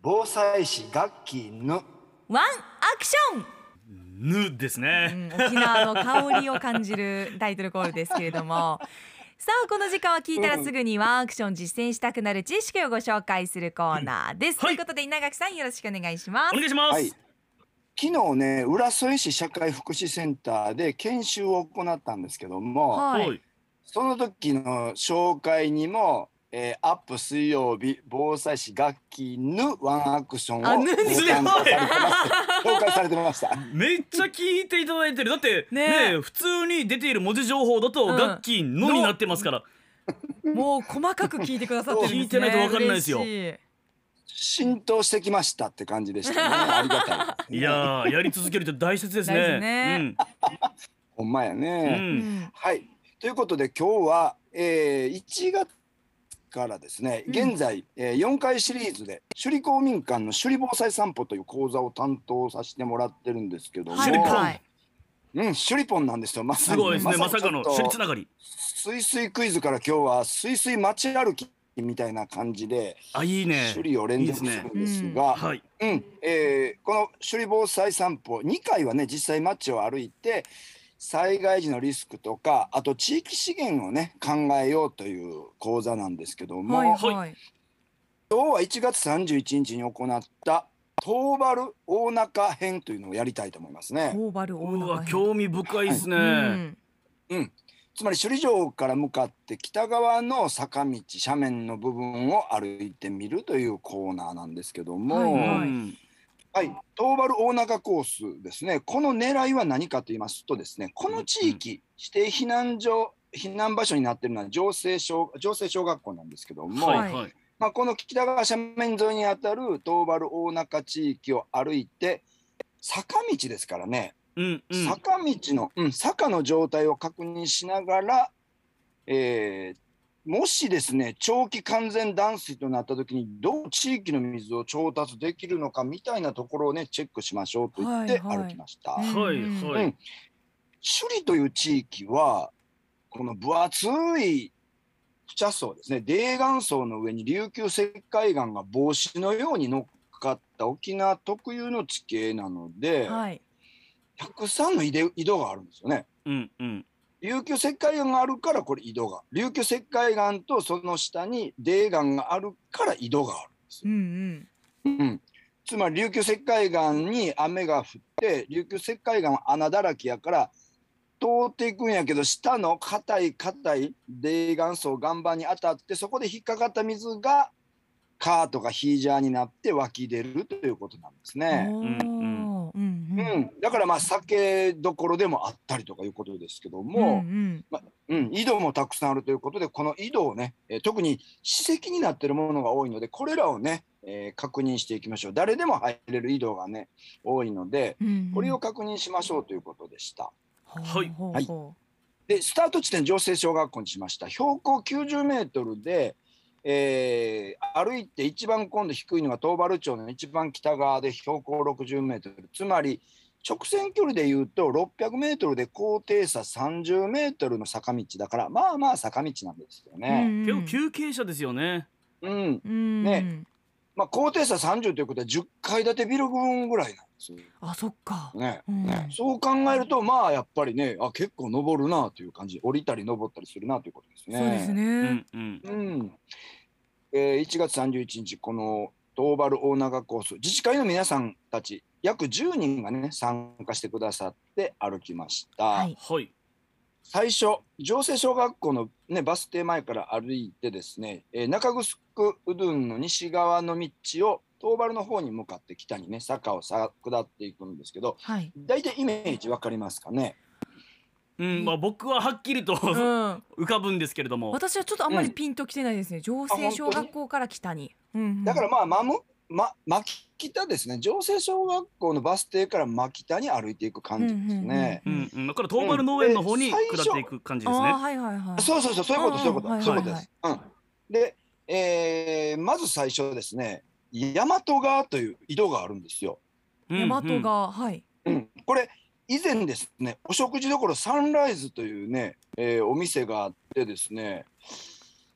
防災士ガッキーのワンアクション。 ぬですね、 沖縄の香りを感じるタイトルコールですけれどもさあこの時間は聞いたらすぐにワンアクション実践したくなる知識をご紹介するコーナーです、ということで稲垣さんよろしくお願いします。 お願いします、 はい、昨日ね浦添市社会福祉センターで研修を行ったんですけども、 はい、 その時の紹介にも、アップ水曜日防災士ガッキーぬワンアクションをご参加されてました紹介されてましためっちゃ聞いていただいてる。だってねね普通に出ている文字情報だとガッキーのになってますから、 もう細かく聞いてくださってるんですね。 聞いてないと分かんないですよ。 嬉しい。 浸透してきましたって感じでしたねありがたいいやーやり続けるって大切ですね。 大事ねほんまやね、 うんはい、ということで今日は、1月からですね、現在、4回シリーズで首里公民館の首里防災散歩という講座を担当させてもらってるんですけども、 はいはい、 首里ポンなんですよ。まさにすごいですね、まさかの首里つちょっながり。 とスイスイクイズから今日はスイスイ街歩きみたいな感じであ、いいね。 首里を連続するんですが、 はい、 この首里防災散歩2回はね実際街を歩いて災害時のリスクとかあと地域資源をね考えようという講座なんですけども、 はいはい、 今日は1月31日に行った東原大中編というのをやりたいと思いますね。 東原大うわ中編、 興味深いですね、 つまり首里城から向かって北側の坂道斜面の部分を歩いてみるというコーナーなんですけども、 はい東原大中コースですね。この狙いは何かと言いますとですね、この地域、指定避難場所になっているのは城西小学校なんですけども、 はいはい、 この北側斜面沿いにあたる東原大中地域を歩いて坂道ですからね、坂道の、坂の状態を確認しながら、もしですね長期完全断水となった時にどう地域の水を調達できるのかみたいなところをねチェックしましょうと言って歩きました。 はいはい、 首里という地域はこの分厚い不茶層ですね、泥岩層の上に琉球石灰岩が帽子のように乗っかった沖縄特有の地形なので、たくさんの井戸があるんですよね。琉球石灰岩があるからこれ井戸が、琉球石灰岩とその下に泥岩があるから井戸があるんですよ。つまり琉球石灰岩に雨が降って琉球石灰岩は穴だらけやから通っていくんやけど下の硬い泥岩層岩盤に当たってそこで引っかかった水がカーとかヒージャーになって湧き出るということなんですね。だから酒どころでもあったりとかいうことですけども、井戸もたくさんあるということでこの井戸をね、特に史跡になっているものが多いのでこれらをね、確認していきましょう。誰でも入れる井戸がね多いので、これを確認しましょうということでした。でスタート地点城西小学校にしました。標高90メートルで、歩いて一番今度低いのが東原町の一番北側で標高60メートル、つまり直線距離でいうと600メートルで高低差30メートルの坂道だから坂道なんですよね。 結構急傾斜ですよね。 高低差30ということは10階建てビル群ぐらいなんですよ。 あ、そっか。 そう考えるとやっぱりね結構登るなという感じ、降りたり登ったりするなということですね。 そうですね。 1月31日この東原大中コース、自治会の皆さんたち約10人がね参加してくださって歩きました。最初城西小学校の、バス停前から歩いてですね、中城うどんの西側の道を東原の方に向かって北にね坂を下っていくんですけど、だいたいイメージわかりますかね。 僕ははっきりと浮かぶんですけれども、 私はちょっとあんまりピンときてないですね。城西小学校から北に、 だから牧北ですね。城西小学校のバス停から牧北に歩いていく感じですね。 だから東原農園の方に下っていく感じですね。 そういうことです。で、まず最初ですね、大和川という井戸があるんですよ。 大和川、 これ以前ですね、お食事処サンライズというね、お店があってですね、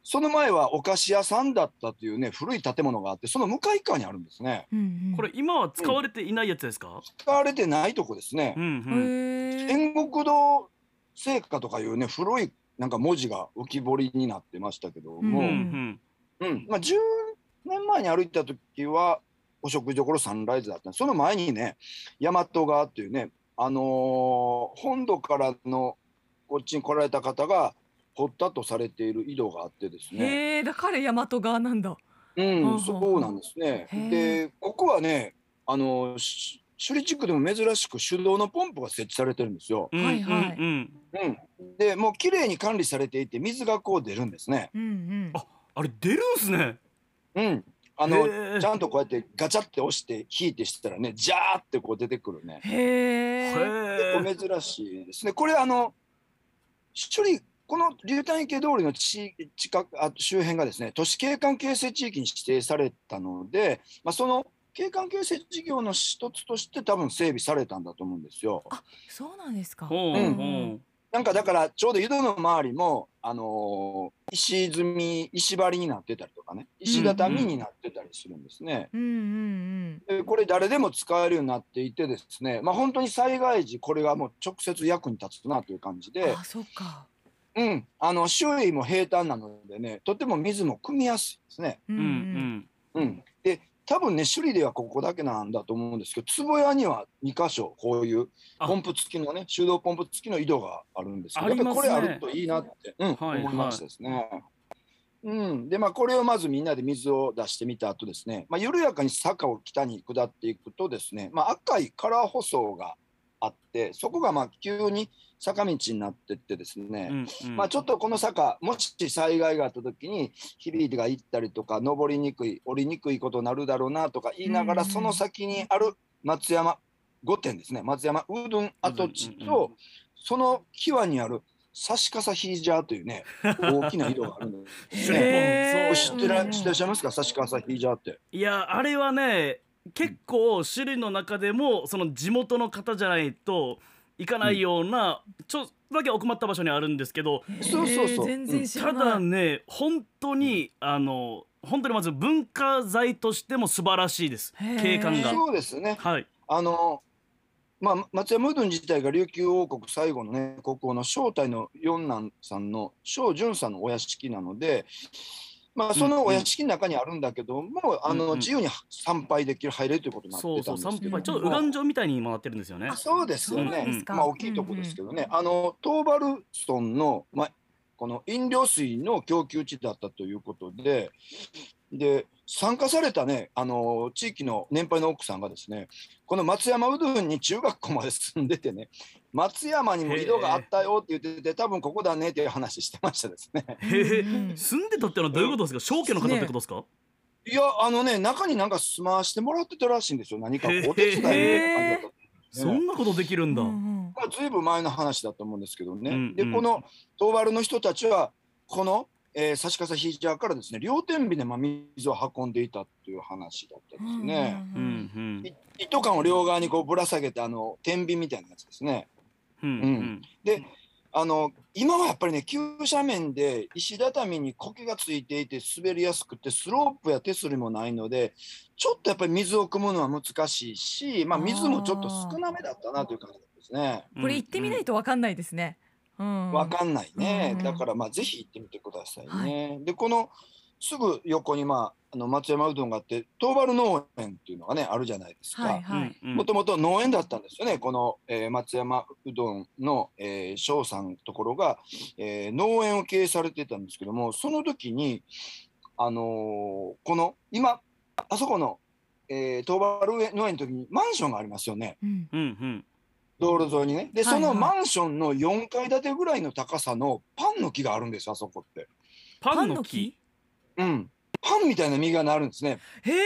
その前はお菓子屋さんだったというね古い建物があって、その向かい側にあるんですね。 これ今は使われていないやつですか？ 使われてないとこですね。天国堂製菓とかいうね古いなんか文字が浮き彫りになってましたけども、まあ10年前に歩いた時はお食事処サンライズだったんです。その前にね大和川っていうね、本土からのこっちに来られた方が掘ったとされている井戸があってですね。 へえ、だから大和川なんだ。 そうなんですね。で、ここはね、首里地区でも珍しく手動のポンプが設置されてるんですよ。 はいはい。 で、もう綺麗に管理されていて、水がこう出るんですね。 あれ出るんすね。 ちゃんとこうやってガチャって押して引いてしたらね、ジャーってこう出てくるね。結構珍しいですね。これ首里この竜谷池通りの近く周辺がですね、都市景観形成地域に指定されたので、その景観形成事業の一つとして多分整備されたんだと思うんですよ。 あ、そうなんですか。 なんかだからちょうど井戸の周りも石積み石張りになってたりとかね、石畳になってたりするんですね。でこれ誰でも使えるようになっていてですね、本当に災害時これがもう直接役に立つなという感じで。 あ、そっか。 周囲も平坦なのでね、とても水も汲みやすいですね。で、多分ね、首里ではここだけなんだと思うんですけど、坪谷には2箇所、こういうポンプ付きのね、手動ポンプ付きの井戸があるんですけど、やっぱりこれあるといいなって、思いましたですね。で、これをまずみんなで水を出してみた後ですね、緩やかに坂を北に下っていくとですね、赤いカラー舗装があって、そこが急に坂道になってってですね、ちょっとこの坂もし災害があった時に響いてが行ったりとか登りにくい降りにくいことになるだろうなとか言いながら、その先にある松山御殿ですね、松山うどん跡地とその際にある差し笠ヒージャーというね大きな井戸があるんですね。知ってらっしゃいますか、差し笠ヒージャーって。 いや、あれはね結構首里の中でもその地元の方じゃないと行かないような、ちょっとだけ奥まった場所にあるんですけど、 全然知らない。 ただね本当に本当にまず文化財としても素晴らしいです、景観が。 そうですね。 はい。 松山うどん自体が琉球王国最後のね国王の正体の四男さんの正純さんのお屋敷なので、そのお屋敷の中にあるんだけども、自由に参拝できる入れるということになってたんですけども、 参拝ちょっと右岸城みたいにもなってるんですよね。 そうですよね。大きいとこですけどね、東原村の、この飲料水の供給地だったということで、参加されたね地域の年配の奥さんがですね、この松山うどんに中学校まで住んでてね、松山にも井戸があったよって言ってて、多分ここだねっていう話してましたですね。 住んでたってのはどういうことですか？商家の方ってことですか？ いや中になんか住まわしてもらってたらしいんですよ。何かお手伝いみたいな感じだった。 そんなことできるんだ。 ずいぶん前の話だと思うんですけどね。でこの東原の人たちはこの差し笠ヒージャーからですね、両天秤で水を運んでいたっていう話だったんですね。糸管を両側にこうぶら下げて天秤みたいなやつですね。で今はやっぱりね急斜面で石畳に苔がついていて滑りやすくてスロープや手すりもないので、ちょっとやっぱり水を汲むのは難しいし、水もちょっと少なめだったなという感じですね。 これ行ってみないと分かんないですね。 わかんないね。だからぜひ行ってみてくださいね。でこのすぐ横に松山うどんがあって、東原農園っていうのがねあるじゃないですか。もともと農園だったんですよね。この、松山うどんの翔さんのところが、農園を経営されてたんですけども、その時にこの今あそこの、東原農園の時にマンションがありますよね。道路沿いにね。でそのマンションの4階建てぐらいの高さのパンの木があるんですよ、あそこって。 パンの木？ パンみたいな実がなるんですね。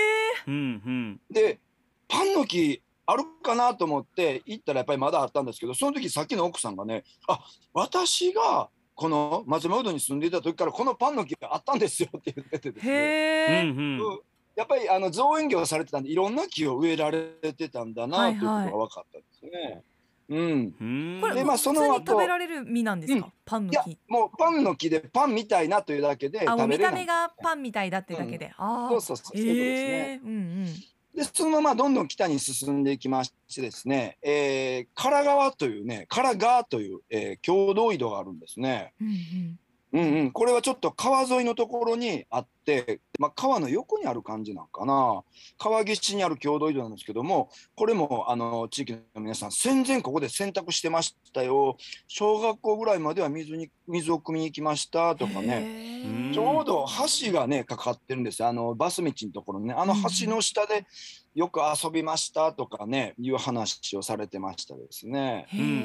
でパンの木あるかなと思って行ったらやっぱりまだあったんですけど、その時さっきの奥さんがね、私がこの松山うどんに住んでいた時からこのパンの木があったんですよって言っててですね。やっぱり造園業されてたんでいろんな木を植えられてたんだなということが分かったんですね。 これ、 でまあその後普通に食べられる実なんですか、パンのいや木。 もうパンの木でパンみたいなというだけでもう見食べれない。 た目がパンみたいだってだけで、 そうそうそういうことですね。でそのままどんどん北に進んでいきましてですね、唐川というね、唐川という、共同井戸があるんですね。これはちょっと川沿いのところにあって、まあ、川の横にある感じなんかな。川岸にある共同井戸なんですけども、これも地域の皆さん戦前ここで洗濯してましたよ、小学校ぐらいまでは水を汲みに行きましたとかね、ちょうど橋がねかかってるんですよ、バス道のところね、橋の下でよく遊びましたとかねいう話をされてましたですね。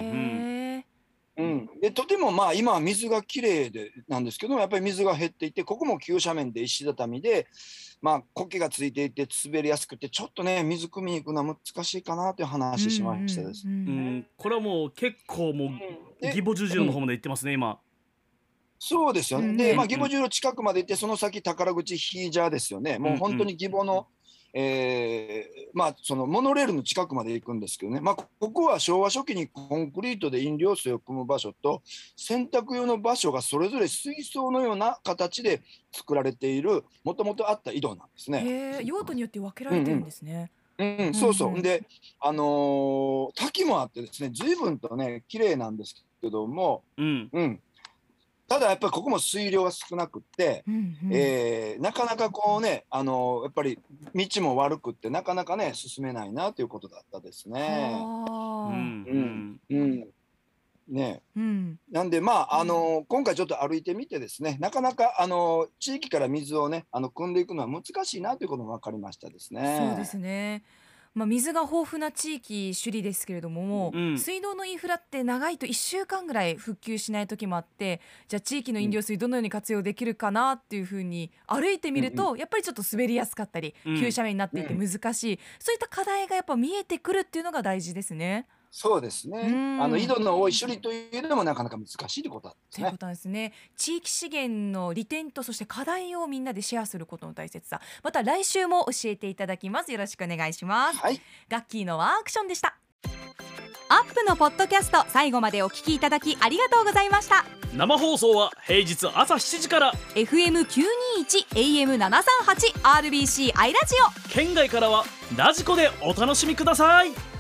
でとてもまあ今は水がきれいでなんですけども、やっぱり水が減っていて、ここも急斜面で石畳で、まあ苔がついていて滑りやすくて、ちょっとね水汲みに行くのは難しいかなという話しましたです。 これはもう結構もう義母十字路の方まで行ってますね今。 そうですよね。でまあ義母十字路近くまで行って、その先宝口ヒージャーですよね。もう本当に義母のまあそのモノレールの近くまで行くんですけどね、まあ、ここは昭和初期にコンクリートで飲料水を汲む場所と洗濯用の場所がそれぞれ水槽のような形で作られている、もともとあった井戸なんですね。 用途によって分けられてるんですね。 そうそう。で滝もあってですね、随分とね綺麗なんですけども、ただやっぱりここも水量が少なくって、なかなかこうねやっぱり道も悪くってなかなかね進めないなということだったですね。なんでまあ今回ちょっと歩いてみてですね、なかなか地域から水をね汲んでいくのは難しいなということも分かりましたですね。 そうですね。まあ、水が豊富な地域首里ですけれども、水道のインフラって長いと1週間ぐらい復旧しない時もあって、じゃあ地域の飲料水どのように活用できるかなっていうふうに歩いてみると、やっぱりちょっと滑りやすかったり、急斜面になっていて難しい、そういった課題がやっぱ見えてくるっていうのが大事ですね。 そうですね。井戸の多い首里というのもなかなか難しいということなんですね。 ということなんですね。地域資源の利点とそして課題をみんなでシェアすることの大切さ、また来週も教えていただきます。よろしくお願いします。ガッキーのワークションでした。アップのポッドキャスト、最後までお聞きいただきありがとうございました。 生放送は平日朝7時から FM921 AM738 RBC アイラジオ、 県外からはラジコでお楽しみください。